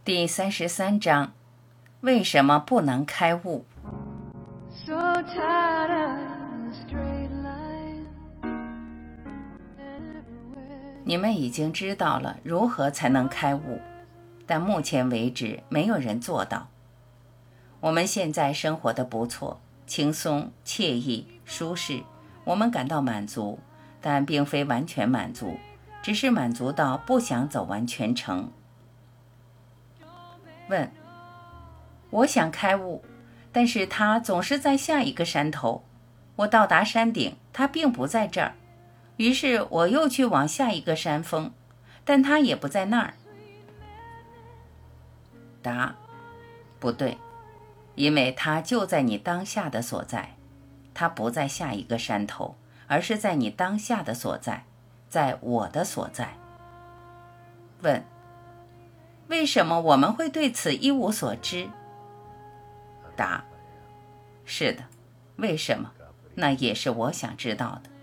第33章，为什么不能开悟？你们已经知道了如何才能开悟，但目前为止没有人做到。我们现在生活得不错，轻松、惬意、舒适，我们感到满足，但并非完全满足，只是满足到不想走完全程。问：我想开悟，但是它总是在下一个山头，我到达山顶，它并不在这儿，于是我又去往下一个山峰，但它也不在那儿。答：不对，因为它就在你当下的所在，它不在下一个山头，而是在你当下的所在，在我的所在。问：为什么我们会对此一无所知？答：是的，为什么？那也是我想知道的。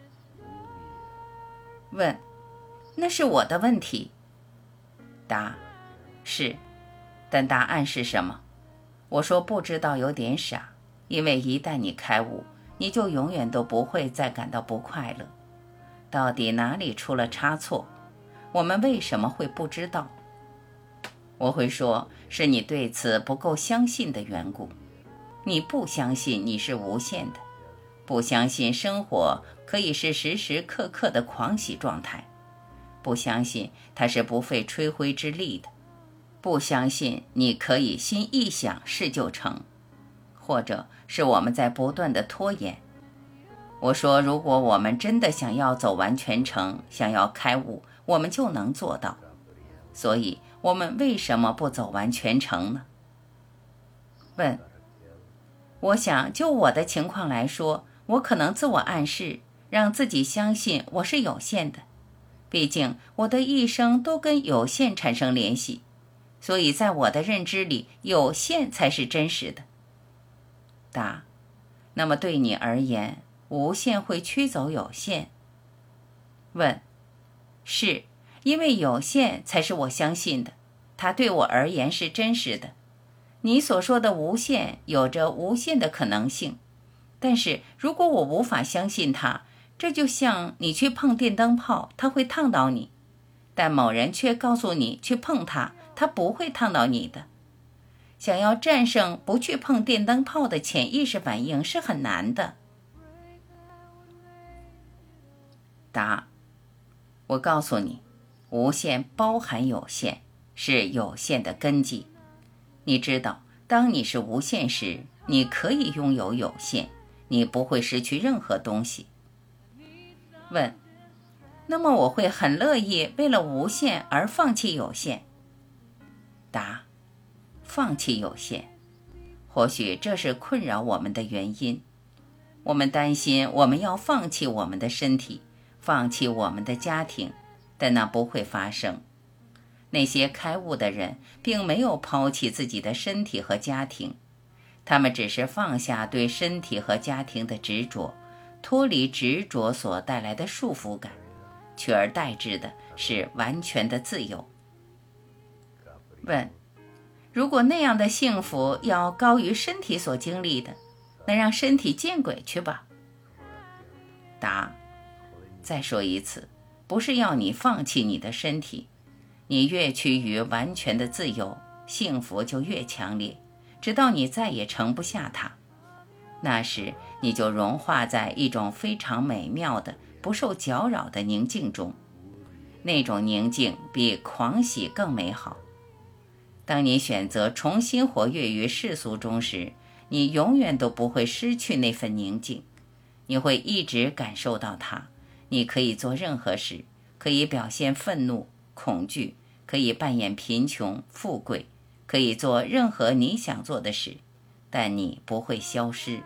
问：那是我的问题。答：是，但答案是什么？我说不知道有点傻，因为一旦你开悟，你就永远都不会再感到不快乐。到底哪里出了差错？我们为什么会不知道？我会说，是你对此不够相信的缘故。你不相信你是无限的，不相信生活可以是时时刻刻的狂喜状态，不相信它是不费吹灰之力的，不相信你可以心一想事就成，或者是我们在不断的拖延。我说，如果我们真的想要走完全程，想要开悟，我们就能做到。所以我们为什么不走完全程呢？问：我想就我的情况来说，我可能自我暗示，让自己相信我是有限的，毕竟我的一生都跟有限产生联系，所以在我的认知里，有限才是真实的。答：那么对你而言，无限会驱走有限？问：是，因为有限才是我相信的，它对我而言是真实的。你所说的无限有着无限的可能性，但是如果我无法相信它，这就像你去碰电灯泡，它会烫到你，但某人却告诉你去碰它，它不会烫到你的。想要战胜不去碰电灯泡的潜意识反应是很难的。答：我告诉你，无限包含有限，是有限的根基。你知道，当你是无限时，你可以拥有有限，你不会失去任何东西。问：那么我会很乐意为了无限而放弃有限？答：放弃有限，或许这是困扰我们的原因。我们担心我们要放弃我们的身体，放弃我们的家庭，但那不会发生。那些开悟的人并没有抛弃自己的身体和家庭，他们只是放下对身体和家庭的执着，脱离执着所带来的束缚感，取而代之的是完全的自由。问：如果那样的幸福要高于身体所经历的，那让身体见鬼去吧。答：再说一次，不是要你放弃你的身体，你越趋于完全的自由，幸福就越强烈，直到你再也盛不下它。那时你就融化在一种非常美妙的不受搅扰的宁静中，那种宁静比狂喜更美好。当你选择重新活跃于世俗中时，你永远都不会失去那份宁静，你会一直感受到它。你可以做任何事，可以表现愤怒、恐惧，可以扮演贫穷、富贵，可以做任何你想做的事，但你不会消失。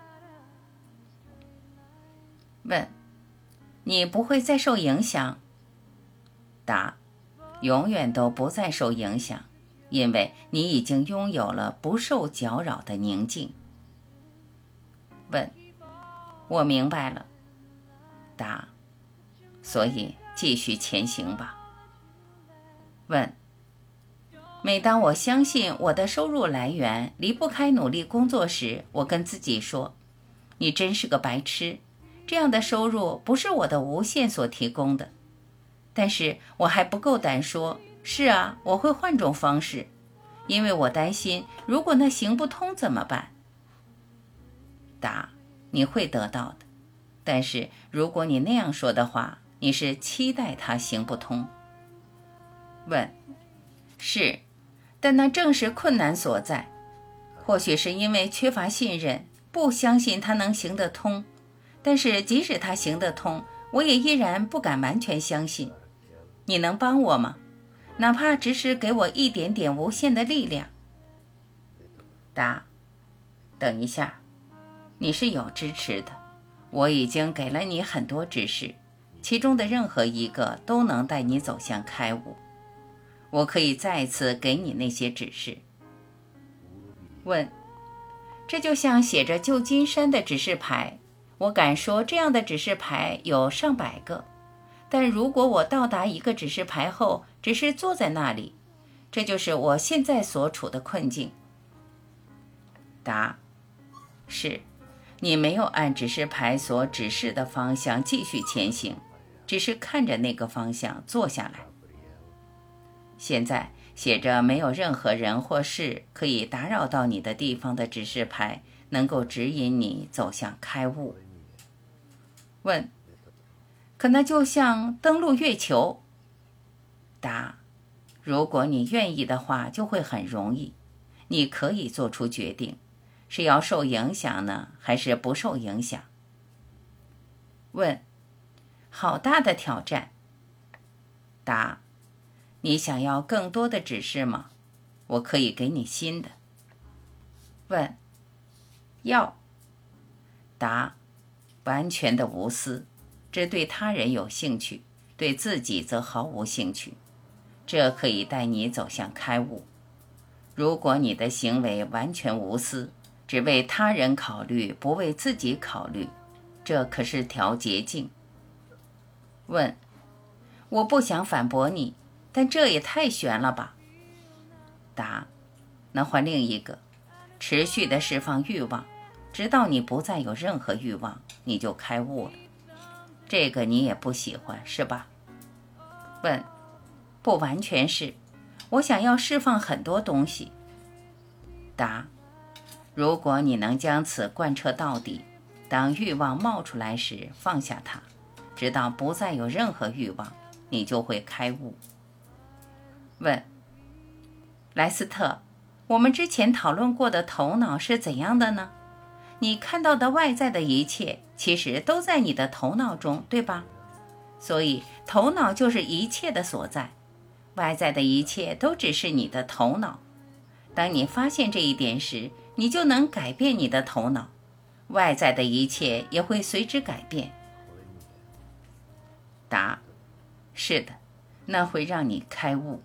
问：你不会再受影响？答：永远都不再受影响，因为你已经拥有了不受搅扰的宁静。问：我明白了。答：所以继续前行吧。问： 每当我相信我的收入来源离不开努力工作时，我跟自己说，你真是个白痴，这样的收入不是我的无限所提供的。但是我还不够胆说，是啊，我会换种方式，因为我担心如果那行不通怎么办？答：你会得到的，但是如果你那样说的话，你是期待它行不通。问：是，但那正是困难所在。或许是因为缺乏信任，不相信它能行得通，但是即使它行得通，我也依然不敢完全相信。你能帮我吗？哪怕只是给我一点点无限的力量。答：等一下，你是有支持的，我已经给了你很多指示，其中的任何一个都能带你走向开悟。我可以再次给你那些指示。问：这就像写着旧金山的指示牌，我敢说这样的指示牌有上百个，但如果我到达一个指示牌后只是坐在那里，这就是我现在所处的困境。答：是，你没有按指示牌所指示的方向继续前行，只是看着那个方向坐下来。现在写着没有任何人或事可以打扰到你的地方的指示牌，能够指引你走向开悟。问：可那就像登陆月球。答：如果你愿意的话，就会很容易。你可以做出决定，是要受影响呢，还是不受影响？问：好大的挑战。答：你想要更多的指示吗？我可以给你新的。问：要。答：完全的无私，只对他人有兴趣，对自己则毫无兴趣。这可以带你走向开悟。如果你的行为完全无私，只为他人考虑，不为自己考虑，这可是条捷径。问：我不想反驳你，但这也太悬了吧？答：那换另一个，持续地释放欲望，直到你不再有任何欲望，你就开悟了。这个你也不喜欢，是吧？问：不完全是，我想要释放很多东西。答：如果你能将此贯彻到底，当欲望冒出来时放下它，直到不再有任何欲望，你就会开悟。问：莱斯特，我们之前讨论过的头脑是怎样的呢？你看到的外在的一切其实都在你的头脑中，对吧？所以头脑就是一切的所在，外在的一切都只是你的头脑。当你发现这一点时，你就能改变你的头脑，外在的一切也会随之改变。答：是的，那会让你开悟。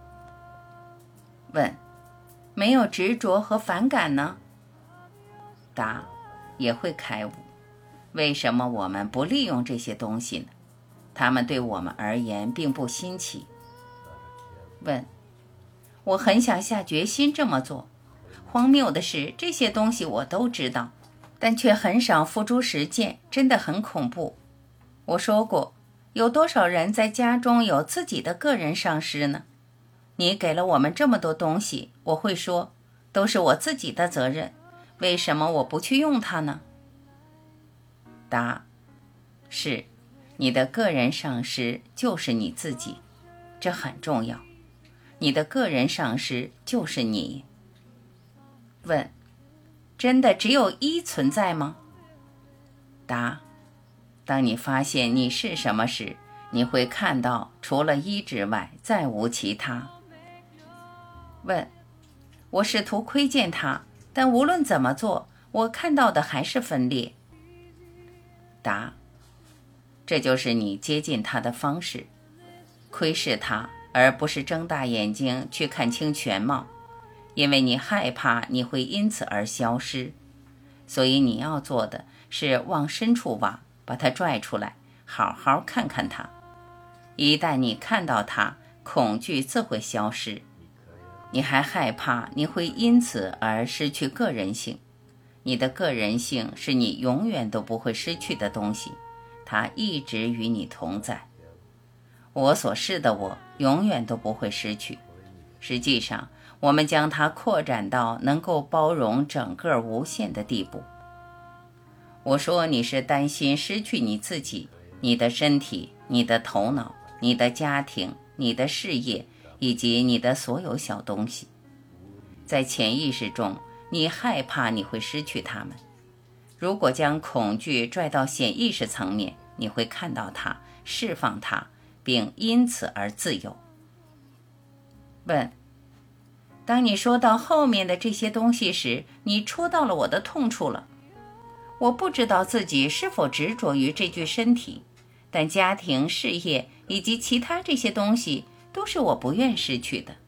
问：没有执着和反感呢？答：也会开悟。为什么我们不利用这些东西呢？它们对我们而言并不新奇。问：我很想下决心这么做。荒谬的是，这些东西我都知道，但却很少付诸实践，真的很恐怖。我说过，有多少人在家中有自己的个人上师呢？你给了我们这么多东西，我会说，都是我自己的责任，为什么我不去用它呢？答：是，你的个人上师就是你自己，这很重要。你的个人上师就是你。问：真的只有一存在吗？答：当你发现你是什么时，你会看到除了一之外再无其他。问：我试图窥见它，但无论怎么做，我看到的还是分裂。答：这就是你接近它的方式，窥视它，而不是睁大眼睛去看清全貌，因为你害怕你会因此而消失。所以你要做的是往深处挖，把它拽出来，好好看看它。一旦你看到它，恐惧自会消失。 你还害怕你会因此而失去个人性。你的个人性是你永远都不会失去的东西，它一直与你同在。我所是的我永远都不会失去。实际上，我们将它扩展到能够包容整个无限的地步。我说你是担心失去你自己，你的身体，你的头脑，你的家庭，你的事业，以及你的所有小东西。在潜意识中，你害怕你会失去它们。如果将恐惧拽到显意识层面，你会看到它，释放它，并因此而自由。问：当你说到后面的这些东西时，你戳到了我的痛处了。我不知道自己是否执着于这具身体，但家庭、事业以及其他这些东西都是我不愿失去的。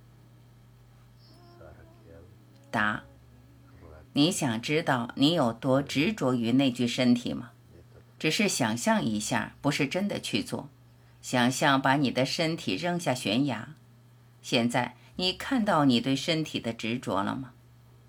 答：你想知道你有多执着于那具身体吗？只是想象一下，不是真的去做。想象把你的身体扔下悬崖。现在你看到你对身体的执着了吗？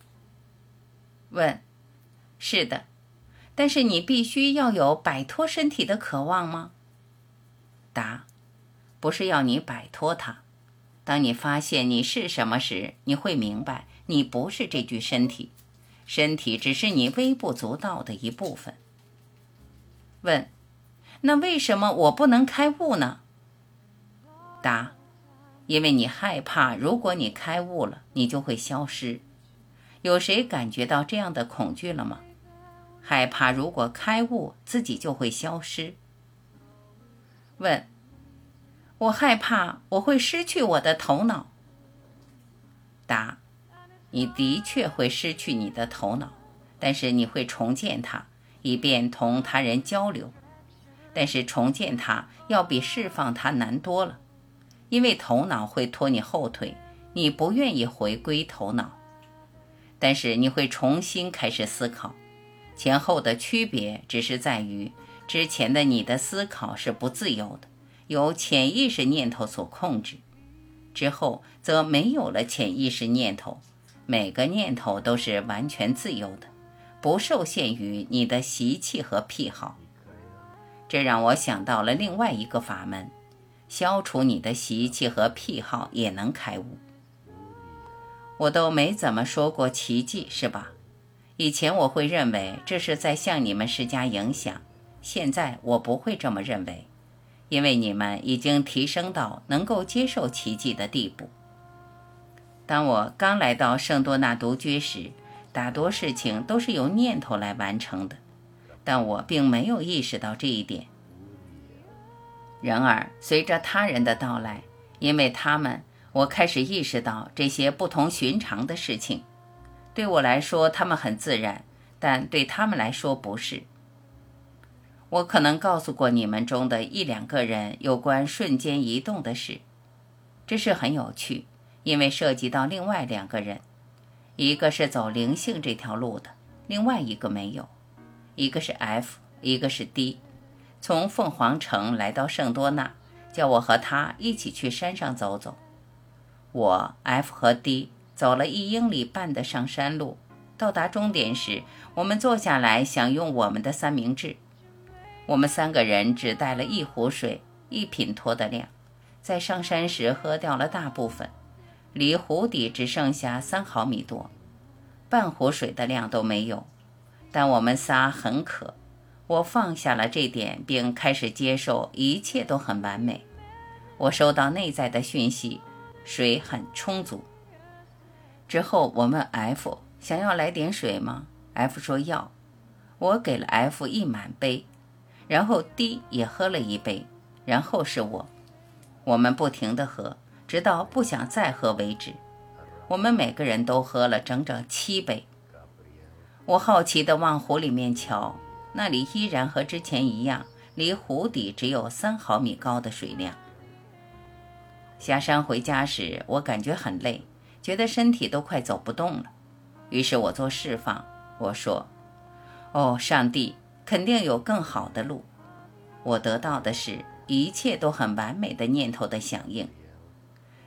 问：是的，但是你必须要有摆脱身体的渴望吗？答：不是要你摆脱它。当你发现你是什么时，你会明白你不是这具身体，身体只是你微不足道的一部分。问：那为什么我不能开悟呢？答：因为你害怕如果你开悟了，你就会消失。有谁感觉到这样的恐惧了吗？害怕如果开悟自己就会消失。问：我害怕我会失去我的头脑。答：你的确会失去你的头脑，但是你会重建它，以便同他人交流。但是重建它要比释放它难多了，因为头脑会拖你后腿，你不愿意回归头脑。但是你会重新开始思考，前后的区别只是在于，之前的你的思考是不自由的，由潜意识念头所控制，之后则没有了潜意识念头，每个念头都是完全自由的，不受限于你的习气和癖好。这让我想到了另外一个法门，消除你的习气和癖好也能开悟。我都没怎么说过奇迹，是吧？以前我会认为这是在向你们施加影响，现在我不会这么认为，因为你们已经提升到能够接受奇迹的地步。当我刚来到圣多纳独居时，大多事情都是由念头来完成的，但我并没有意识到这一点。然而，随着他人的到来，因为他们，我开始意识到这些不同寻常的事情。对我来说，他们很自然，但对他们来说不是。我可能告诉过你们中的一两个人有关瞬间移动的事，这是很有趣，因为涉及到另外两个人，一个是走灵性这条路的，另外一个没有。一个是 F， 一个是 D， 从凤凰城来到圣多纳，叫我和他一起去山上走走。我 F 和 D 走了1.5英里的上山路，到达终点时，我们坐下来享用我们的三明治。我们3个人只带了1壶水，1品托的量，在上山时喝掉了大部分，离湖底只剩下3毫米多，半壶水的量都没有。但我们仨很渴，我放下了这点，并开始接受一切都很完美。我收到内在的讯息，水很充足。之后我问 F 想要来点水吗？ F 说要。我给了 F 1满杯，然后 D 也喝了1杯，然后是我。我们不停地喝，直到不想再喝为止。我们每个人都喝了整整7杯。我好奇地往湖里面瞧，那里依然和之前一样，离湖底只有3毫米高的水量。下山回家时，我感觉很累，觉得身体都快走不动了。于是我做释放，我说：哦，上帝，肯定有更好的路。我得到的是一切都很完美的念头的响应。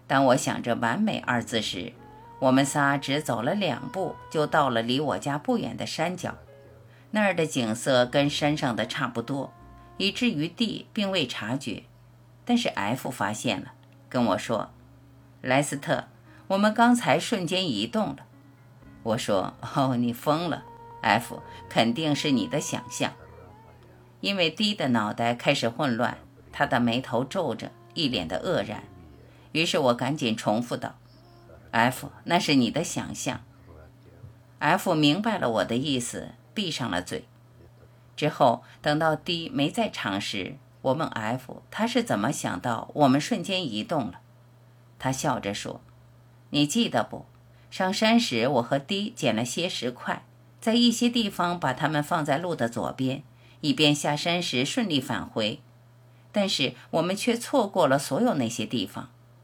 当我想着完美二字时，我们仨只走了2步就到了离我家不远的山脚，那儿的景色跟山上的差不多，以至于 D 并未察觉，但是 F 发现了，跟我说：莱斯特，我们刚才瞬间移动了。我说：哦，你疯了 F， 肯定是你的想象。因为 D 的脑袋开始混乱，他的眉头皱着，一脸的愕然。于是我赶紧重复道： F， 那是你的想象。 F 明白了我的意思，闭上了嘴。之后等到 D 没在场时，我问 F 他是怎么想到我们瞬间移动了。他笑着说：你记得不，上山时我和 D 捡了些石块，在一些地方把它们放在路的左边，以便下山时顺利返回，但是我们却错过了所有那些地方。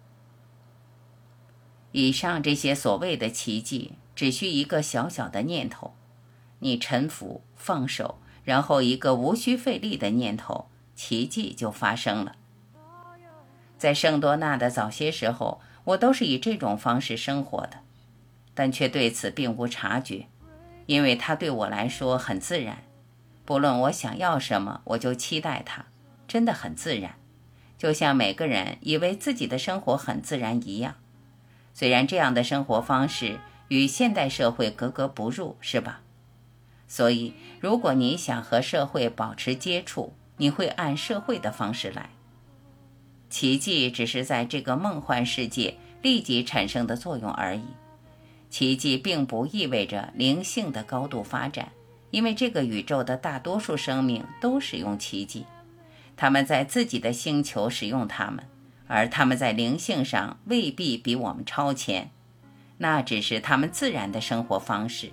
以上这些所谓的奇迹，只需一个小小的念头，你臣服放手，然后一个无需费力的念头，奇迹就发生了。在圣多纳的早些时候，我都是以这种方式生活的，但却对此并无察觉，因为它对我来说很自然。不论我想要什么，我就期待它，真的很自然，就像每个人以为自己的生活很自然一样。虽然这样的生活方式与现代社会格格不入，是吧？所以，如果你想和社会保持接触，你会按社会的方式来。奇迹只是在这个梦幻世界立即产生的作用而已。奇迹并不意味着灵性的高度发展，因为这个宇宙的大多数生命都使用奇迹，他们在自己的星球使用它们，而他们在灵性上未必比我们超前，那只是他们自然的生活方式。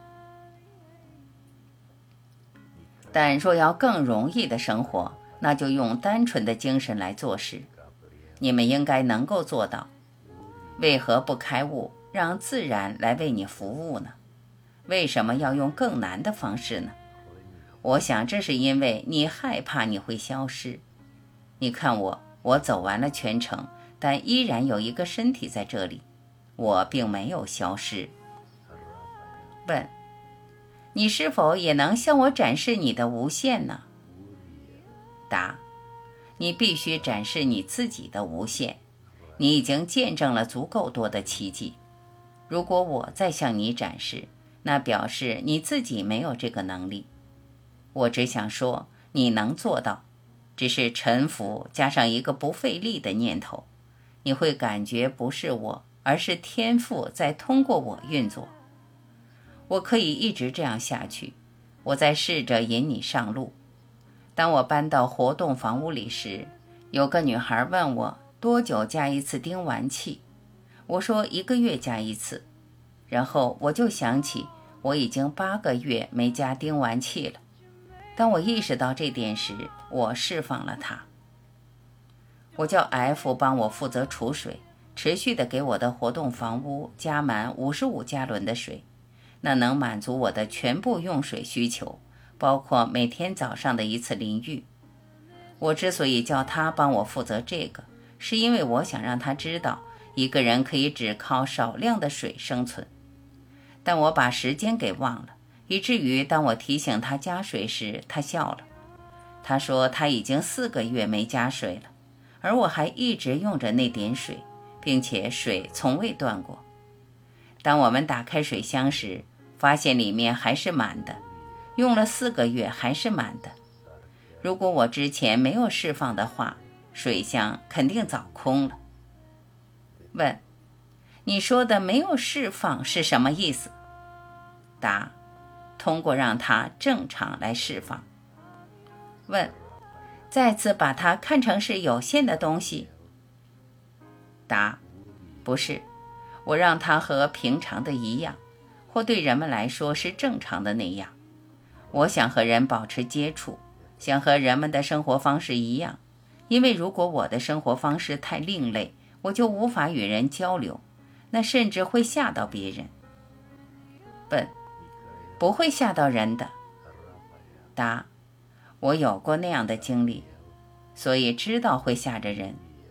但若要更容易的生活，那就用单纯的精神来做事。你们应该能够做到。为何不开悟，让自然来为你服务呢？为什么要用更难的方式呢？我想这是因为你害怕你会消失。你看我走完了全程，但依然有一个身体在这里，我并没有消失。问：你是否也能向我展示你的无限呢？答：你必须展示你自己的无限。你已经见证了足够多的奇迹。如果我再向你展示，那表示你自己没有这个能力。我只想说，你能做到，只是臣服加上一个不费力的念头，你会感觉不是我，而是天赋在通过我运作。我可以一直这样下去，我在试着引你上路。当我搬到活动房屋里时，有个女孩问我多久加一次丁烷气，我说1个月加一次，然后我就想起我已经8个月没加丁烷气了。当我意识到这点时，我释放了它。我叫 F 帮我负责储水，持续地给我的活动房屋加满55加仑的水，那能满足我的全部用水需求，包括每天早上的1次淋浴。我之所以叫他帮我负责这个，是因为我想让他知道，一个人可以只靠少量的水生存。但我把时间给忘了，以至于当我提醒他加水时，他笑了。他说他已经4个月没加水了，而我还一直用着那点水，并且水从未断过。当我们打开水箱时，发现里面还是满的，用了4个月还是满的。如果我之前没有释放的话，水箱肯定早空了。问：你说的没有释放是什么意思？答：通过让它正常来释放。问：再次把它看成是有限的东西？答：不是，我让它和平常的一样，或对人们来说是正常的那样。我想和人保持接触，想和人们的生活方式一样，因为如果我的生活方式太另类，我就无法与人交流，那甚至会吓到别人。问：不会吓到人的。答：我有过那样的经历，所以知道会吓着人。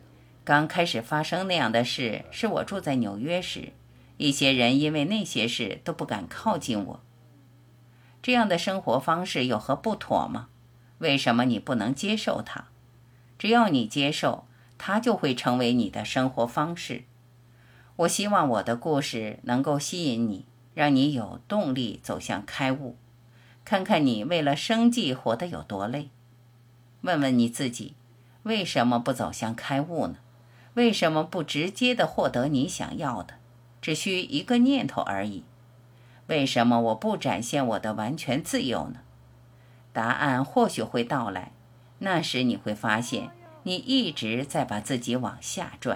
刚开始发生那样的事是我住在纽约时，一些人因为那些事都不敢靠近我。这样的生活方式有何不妥吗？为什么你不能接受它？只要你接受，它就会成为你的生活方式。我希望我的故事能够吸引你，让你有动力走向开悟，看看你为了生计活得有多累。问问你自己，为什么不走向开悟呢？为什么不直接地获得你想要的？只需一个念头而已。为什么我不展现我的完全自由呢？答案或许会到来，那时你会发现，你一直在把自己往下拽。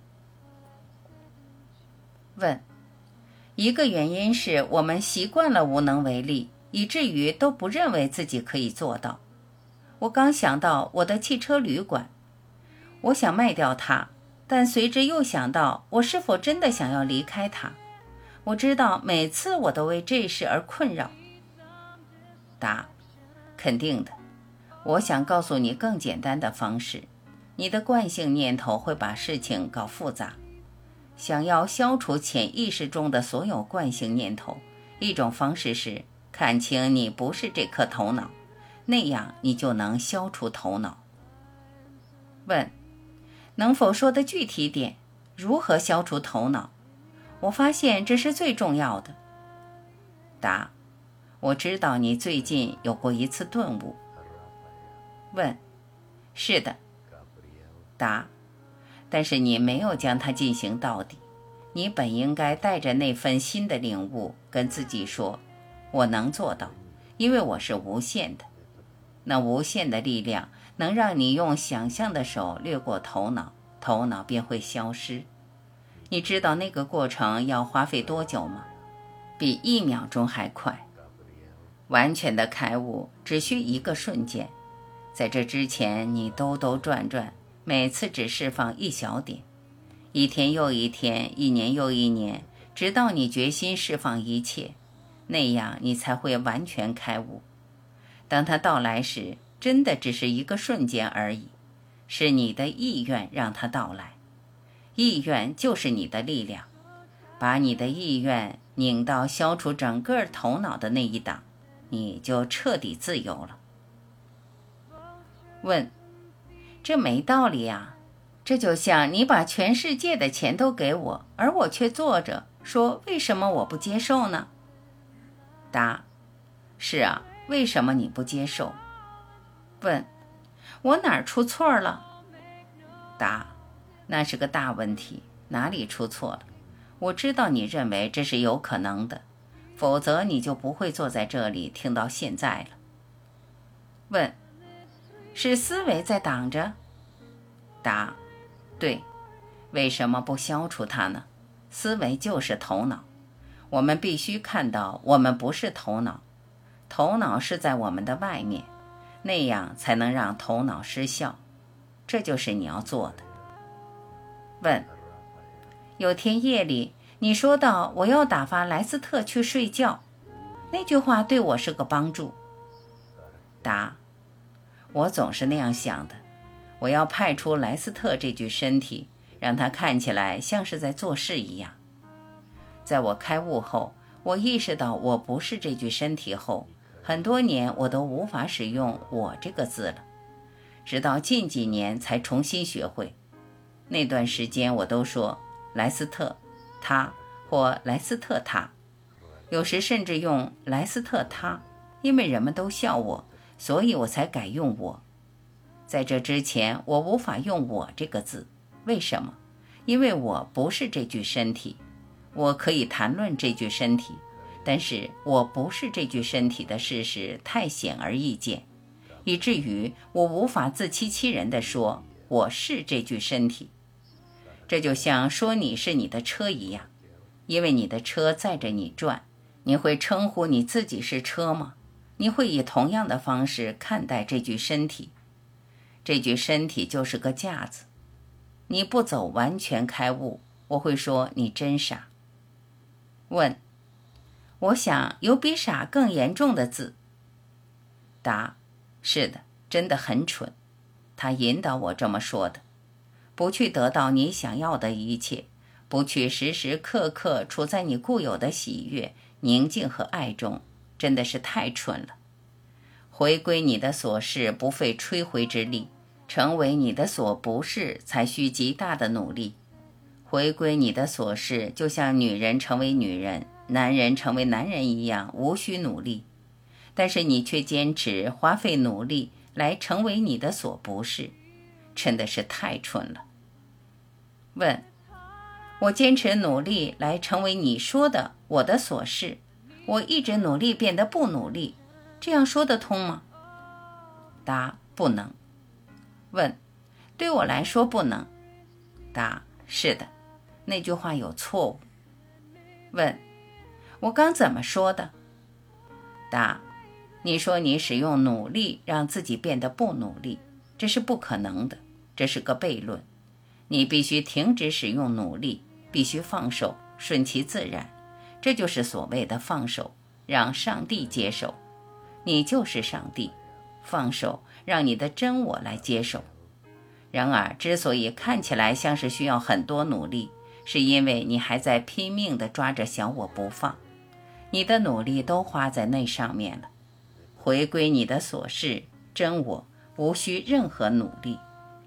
问：一个原因是我们习惯了无能为力，以至于都不认为自己可以做到。我刚想到我的汽车旅馆，我想卖掉它，但随之又想到我是否真的想要离开它。我知道每次我都为这事而困扰。答：肯定的。我想告诉你更简单的方式。你的惯性念头会把事情搞复杂。想要消除潜意识中的所有惯性念头，一种方式是看清你不是这颗头脑，那样你就能消除头脑。问：能否说得具体点？如何消除头脑？我发现这是最重要的。答：我知道你最近有过一次顿悟。问：是的。答：但是你没有将它进行到底。你本应该带着那份新的领悟跟自己说，我能做到，因为我是无限的。那无限的力量能让你用想象的手掠过头脑，头脑便会消失。你知道那个过程要花费多久吗？比1秒钟还快。完全的开悟只需一个瞬间，在这之前你兜兜转转，每次只释放一小点，一天又一天，一年又一年，直到你决心释放一切，那样你才会完全开悟。当它到来时，真的只是一个瞬间而已，是你的意愿让它到来。意愿就是你的力量，把你的意愿拧到消除整个头脑的那一档，你就彻底自由了。问：这没道理啊，这就像你把全世界的钱都给我，而我却坐着说为什么我不接受呢？答：是啊，为什么你不接受？问：我哪儿出错了？答：那是个大问题，哪里出错了？我知道你认为这是有可能的，否则你就不会坐在这里听到现在了。问：是思维在挡着？答：对。为什么不消除它呢？思维就是头脑，我们必须看到我们不是头脑，头脑是在我们的外面，那样才能让头脑失效。这就是你要做的。问：有天夜里你说到我要打发莱斯特去睡觉，那句话对我是个帮助。答：我总是那样想的，我要派出莱斯特这具身体，让他看起来像是在做事一样。在我开悟后，我意识到我不是这具身体后，很多年我都无法使用我这个字了，直到近几年才重新学会。那段时间我都说莱斯特他或莱斯特他，有时甚至用莱斯特他，因为人们都笑我，所以我才改用我。在这之前我无法用我这个字，为什么？因为我不是这具身体。我可以谈论这具身体，但是我不是这具身体的事实太显而易见，以至于我无法自欺欺人地说我是这具身体。这就像说你是你的车一样，因为你的车载着你转，你会称呼你自己是车吗？你会以同样的方式看待这具身体。这具身体就是个架子。你不走完全开悟，我会说你真傻。问：我想有比傻更严重的字。答：是的，真的很蠢。他引导我这么说的。 不去得到你想要的一切，不去时时刻刻处在你固有的喜悦、宁静和爱中，真的是太蠢了。回归你的所是不费吹灰之力，成为你的所不是才需极大的努力。回归你的所是，就像女人成为女人，男人成为男人一样，无需努力。但是你却坚持花费努力来成为你的所不是，真的是太蠢了。问：我坚持努力来成为你说的我的所是，我一直努力变得不努力，这样说得通吗？答：不能。问：对我来说不能。答：是的，那句话有错误。问：我刚怎么说的？答：你说你使用努力让自己变得不努力，这是不可能的，这是个悖论。你必须停止使用努力，必须放手，顺其自然，这就是所谓的放手，让上帝接手。你就是上帝，放手，让你的真我来接手。然而，之所以看起来像是需要很多努力，是因为你还在拼命地抓着小我不放，你的努力都花在那上面了。回归你的所是真我，无需任何努力。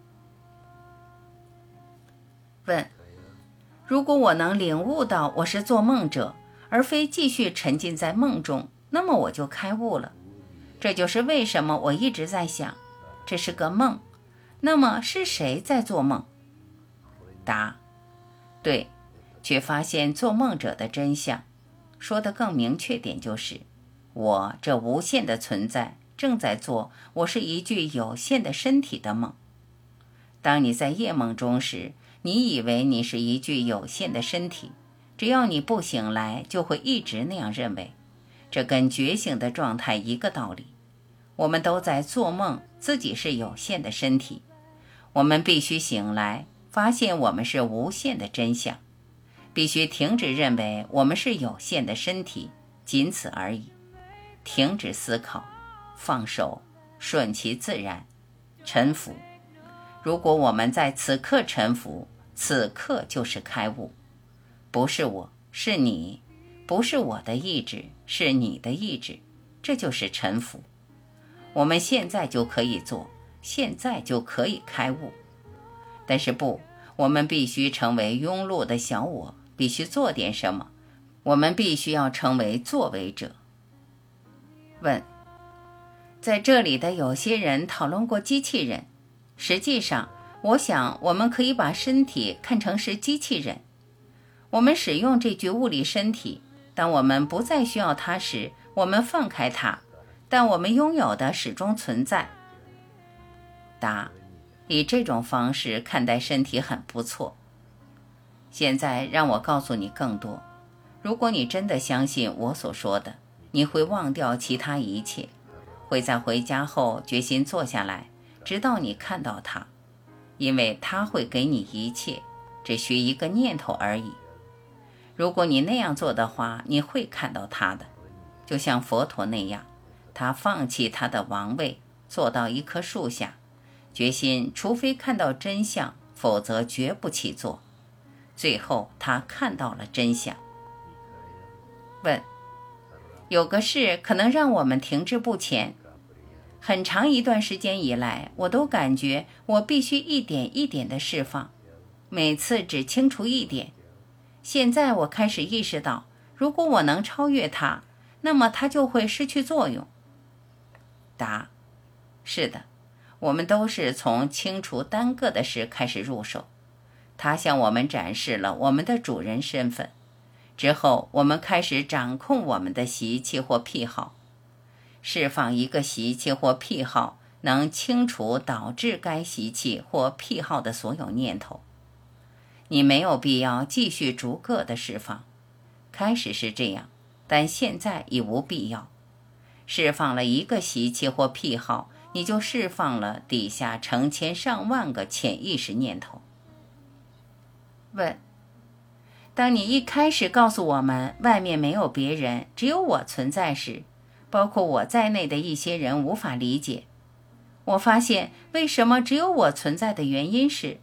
问：如果我能领悟到我是做梦者，而非继续沉浸在梦中，那么我就开悟了。这就是为什么我一直在想，这是个梦，那么是谁在做梦？答：对，去发现做梦者的真相。说得更明确点，就是我这无限的存在正在做我是一具有限的身体的梦。当你在夜梦中时，你以为你是一具有限的身体，只要你不醒来，就会一直那样认为。这跟觉醒的状态一个道理。我们都在做梦，自己是有限的身体。我们必须醒来，发现我们是无限的真相。必须停止认为我们是有限的身体，仅此而已。停止思考，放手，顺其自然，臣服。如果我们在此刻臣服，此刻就是开悟。不是我，是你；不是我的意志，是你的意志，这就是臣服。我们现在就可以做，现在就可以开悟。但是不，我们必须成为庸碌的小我，必须做点什么，我们必须要成为作为者。问：在这里的有些人讨论过机器人，实际上我想我们可以把身体看成是机器人。我们使用这具物理身体，当我们不再需要它时，我们放开它，但我们拥有的始终存在。答：以这种方式看待身体很不错。现在让我告诉你更多。如果你真的相信我所说的，你会忘掉其他一切，会在回家后决心坐下来，直到你看到它，因为它会给你一切，只需一个念头而已。如果你那样做的话，你会看到它的，就像佛陀那样，他放弃他的王位，坐到一棵树下，决心除非看到真相，否则绝不起坐。最后他看到了真相。问：有个事可能让我们停滞不前。很长一段时间以来，我都感觉我必须一点一点地释放，每次只清除一点。现在我开始意识到，如果我能超越它，那么它就会失去作用。答：是的，我们都是从清除单个的事开始入手。它向我们展示了我们的主人身份，之后我们开始掌控我们的习气或癖好。释放一个习气或癖好，能清除导致该习气或癖好的所有念头。你没有必要继续逐个的释放，开始是这样，但现在已无必要。释放了一个习气或癖好，你就释放了底下成千上万个潜意识念头。问：当你一开始告诉我们外面没有别人，只有我存在时，包括我在内的一些人无法理解。我发现为什么只有我存在的原因是，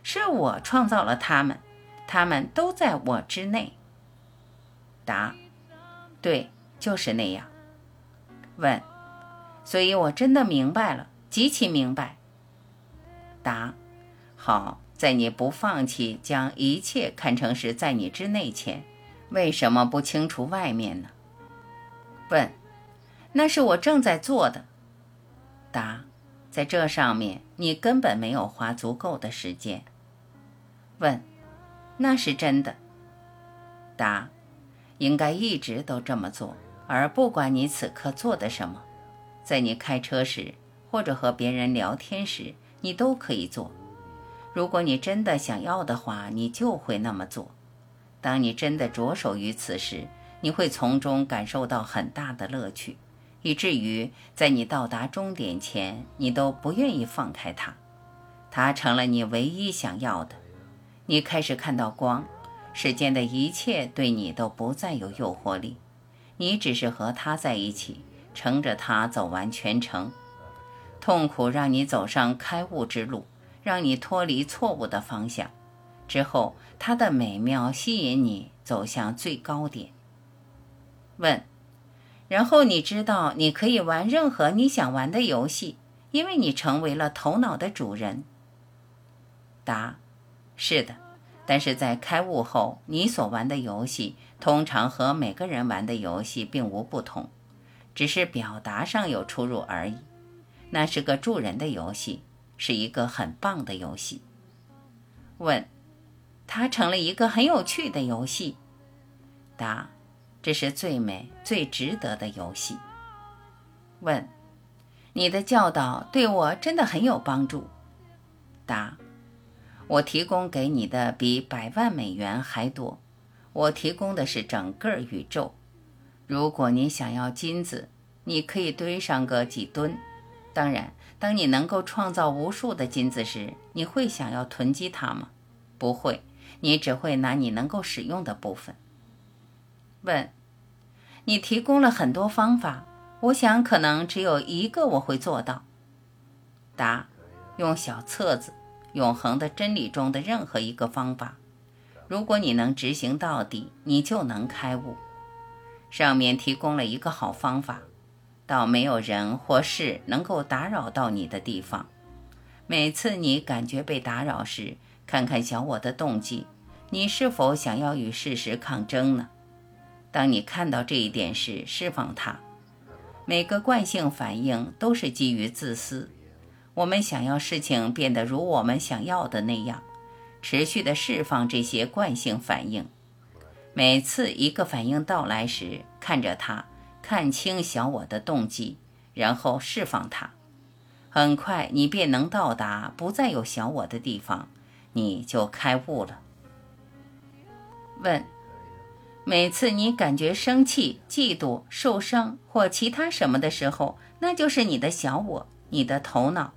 是我创造了他们，他们都在我之内。答：对，就是那样。问：所以我真的明白了，极其明白。答：好，在你不放弃将一切看成是在你之内前，为什么不清除外面呢？问：那是我正在做的。答：在这上面你根本没有花足够的时间。问：那是真的。答：应该一直都这么做，而不管你此刻做的什么，在你开车时或者和别人聊天时，你都可以做。如果你真的想要的话，你就会那么做。当你真的着手于此时，你会从中感受到很大的乐趣，以至于在你到达终点前，你都不愿意放开它。它成了你唯一想要的。你开始看到光，世间的一切对你都不再有诱惑力，你只是和它在一起，乘着它走完全程。痛苦让你走上开悟之路，让你脱离错误的方向，之后它的美妙吸引你走向最高点。问：然后你知道你可以玩任何你想玩的游戏，因为你成为了头脑的主人。答：是的，但是在开悟后，你所玩的游戏通常和每个人玩的游戏并无不同，只是表达上有出入而已。那是个助人的游戏，是一个很棒的游戏。问：它成了一个很有趣的游戏。答：这是最美最值得的游戏。问：你的教导对我真的很有帮助。答：我提供给你的比$1,000,000还多，我提供的是整个宇宙。如果你想要金子，你可以堆上个几吨。当然，当你能够创造无数的金子时，你会想要囤积它吗？不会，你只会拿你能够使用的部分。问：你提供了很多方法，我想可能只有一个我会做到。答：用小册子，永恒的真理中的任何一个方法。如果你能执行到底，你就能开悟。上面提供了一个好方法，到没有人或事能够打扰到你的地方。每次你感觉被打扰时，看看小我的动机，你是否想要与事实抗争呢？当你看到这一点时，释放它。每个惯性反应都是基于自私。我们想要事情变得如我们想要的那样，持续地释放这些惯性反应。每次一个反应到来时，看着它，看清小我的动机，然后释放它。很快你便能到达不再有小我的地方，你就开悟了。问：每次你感觉生气、嫉妒、受伤或其他什么的时候，那就是你的小我，你的头脑。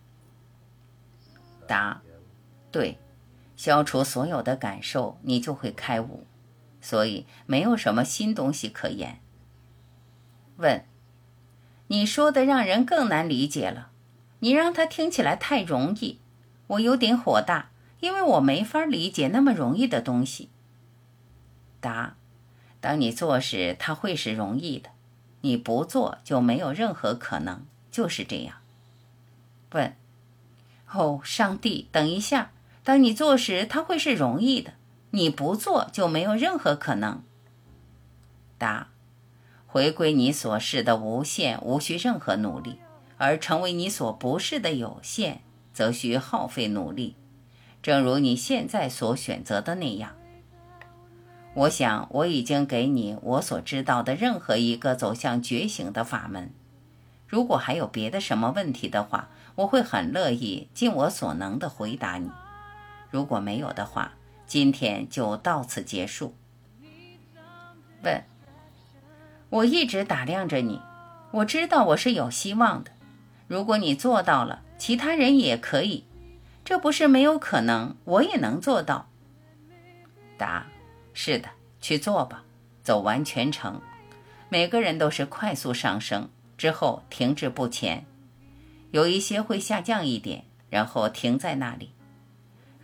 答：对，消除所有的感受，你就会开悟，所以没有什么新东西可言。问：你说的让人更难理解了，你让它听起来太容易，我有点火大，因为我没法理解那么容易的东西。答：当你做时，它会是容易的；你不做，就没有任何可能，就是这样。问：哦，上帝，等一下，当你做时，它会是容易的；你不做，就没有任何可能。答：回归你所是的无限，无需任何努力；而成为你所不是的有限，则需耗费努力，正如你现在所选择的那样。我想我已经给你我所知道的任何一个走向觉醒的法门。如果还有别的什么问题的话，我会很乐意尽我所能地回答你。如果没有的话，今天就到此结束。问：我一直打量着你，我知道我是有希望的。如果你做到了，其他人也可以。这不是没有可能，我也能做到。答：是的，去做吧，走完全程。每个人都是快速上升，之后停滞不前，有一些会下降一点，然后停在那里。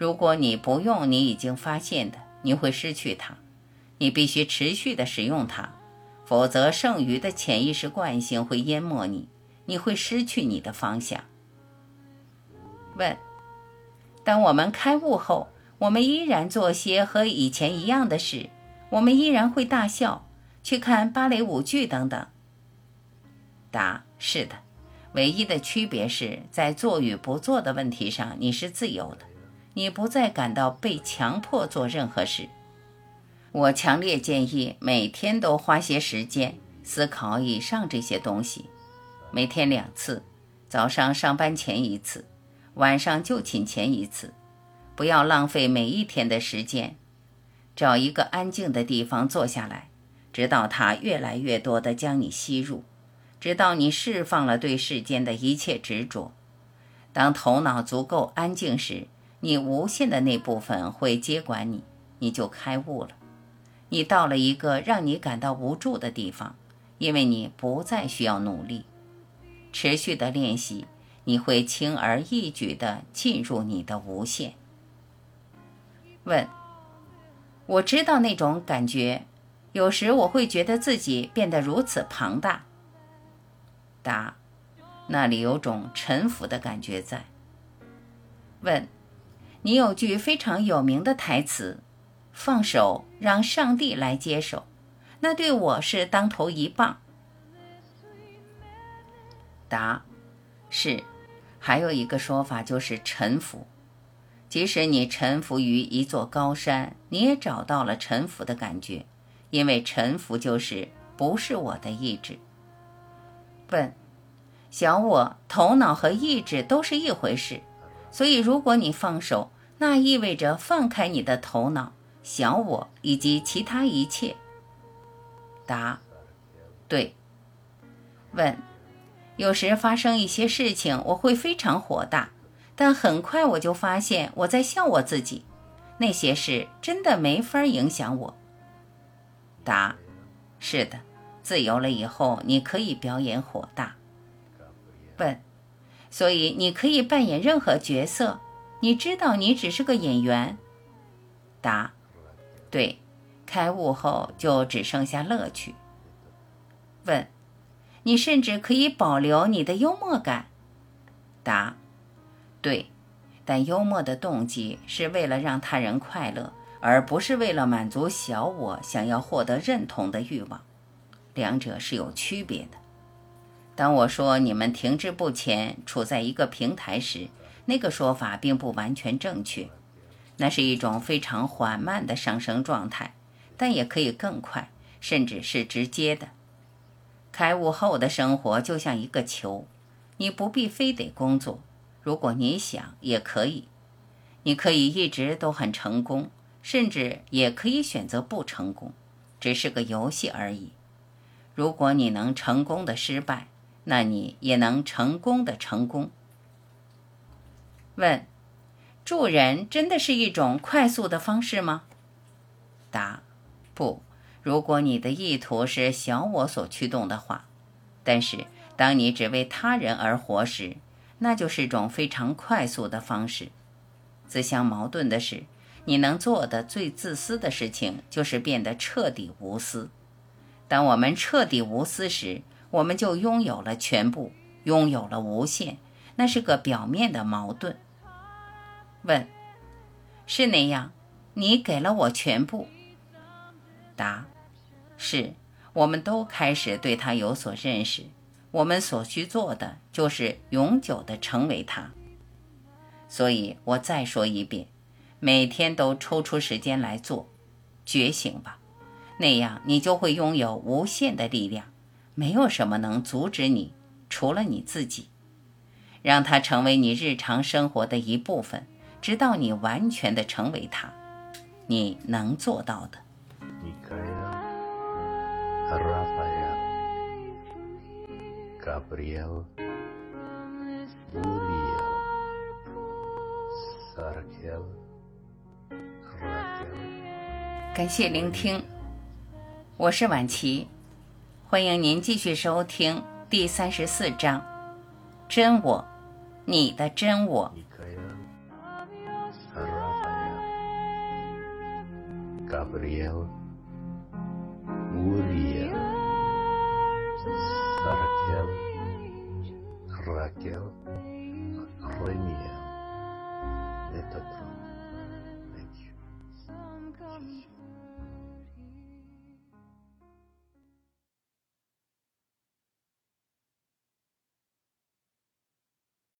如果你不用你已经发现的，你会失去它。你必须持续地使用它，否则剩余的潜意识惯性会淹没你，你会失去你的方向。问：当我们开悟后，我们依然做些和以前一样的事，我们依然会大笑，去看芭蕾舞剧等等。答：是的，唯一的区别是在做与不做的问题上你是自由的，你不再感到被强迫做任何事。我强烈建议每天都花些时间思考以上这些东西，每天2次，早上上班前1次，晚上就寝前1次。不要浪费每一天的时间，找一个安静的地方坐下来，直到它越来越多地将你吸入，直到你释放了对世间的一切执着。当头脑足够安静时，你无限的那部分会接管你，你就开悟了。你到了一个让你感到无助的地方，因为你不再需要努力。持续的练习，你会轻而易举地进入你的无限。问：我知道那种感觉，有时我会觉得自己变得如此庞大。答：那里有种臣服的感觉在。问：你有句非常有名的台词，放手，让上帝来接手，那对我是当头一棒。答：是，还有一个说法就是臣服。即使你臣服于一座高山，你也找到了臣服的感觉，因为臣服就是不是我的意志。问：小我、头脑和意志都是一回事，所以如果你放手，那意味着放开你的头脑、小我以及其他一切。答：对。问：有时发生一些事情，我会非常火大，但很快我就发现我在笑我自己，那些事真的没法影响我。答：是的，自由了以后，你可以表演火大。问：所以你可以扮演任何角色，你知道你只是个演员。答：对，开悟后就只剩下乐趣。问：你甚至可以保留你的幽默感。答：对，但幽默的动机是为了让他人快乐，而不是为了满足小我想要获得认同的欲望，两者是有区别的。当我说你们停滞不前，处在一个平台时，那个说法并不完全正确，那是一种非常缓慢的上升状态，但也可以更快，甚至是直接的。开悟后的生活就像一个球，你不必非得工作，如果你想也可以。你可以一直都很成功，甚至也可以选择不成功，只是个游戏而已。如果你能成功的失败，那你也能成功的成功。问：助人真的是一种快速的方式吗？答：不，如果你的意图是小我所驱动的话。但是当你只为他人而活时，那就是种非常快速的方式。自相矛盾的是，你能做的最自私的事情就是变得彻底无私。当我们彻底无私时，我们就拥有了全部，拥有了无限，那是个表面的矛盾。问：是那样，你给了我全部。答：是，我们都开始对它有所认识，我们所需做的就是永久地成为它。所以我再说一遍，每天都抽出时间来做，觉醒吧，那样你就会拥有无限的力量，没有什么能阻止你，除了你自己。让它成为你日常生活的一部分，直到你完全的成为它，你能做到的。 Rafael, Gabriel, Uriel, Sarkel, Raquel。 感谢聆听，我是婉琪，欢迎您继续收听第34章，真我，你的真我。 Uriel, Uriel, Sarkel, Raquel, Remiel, Metatron.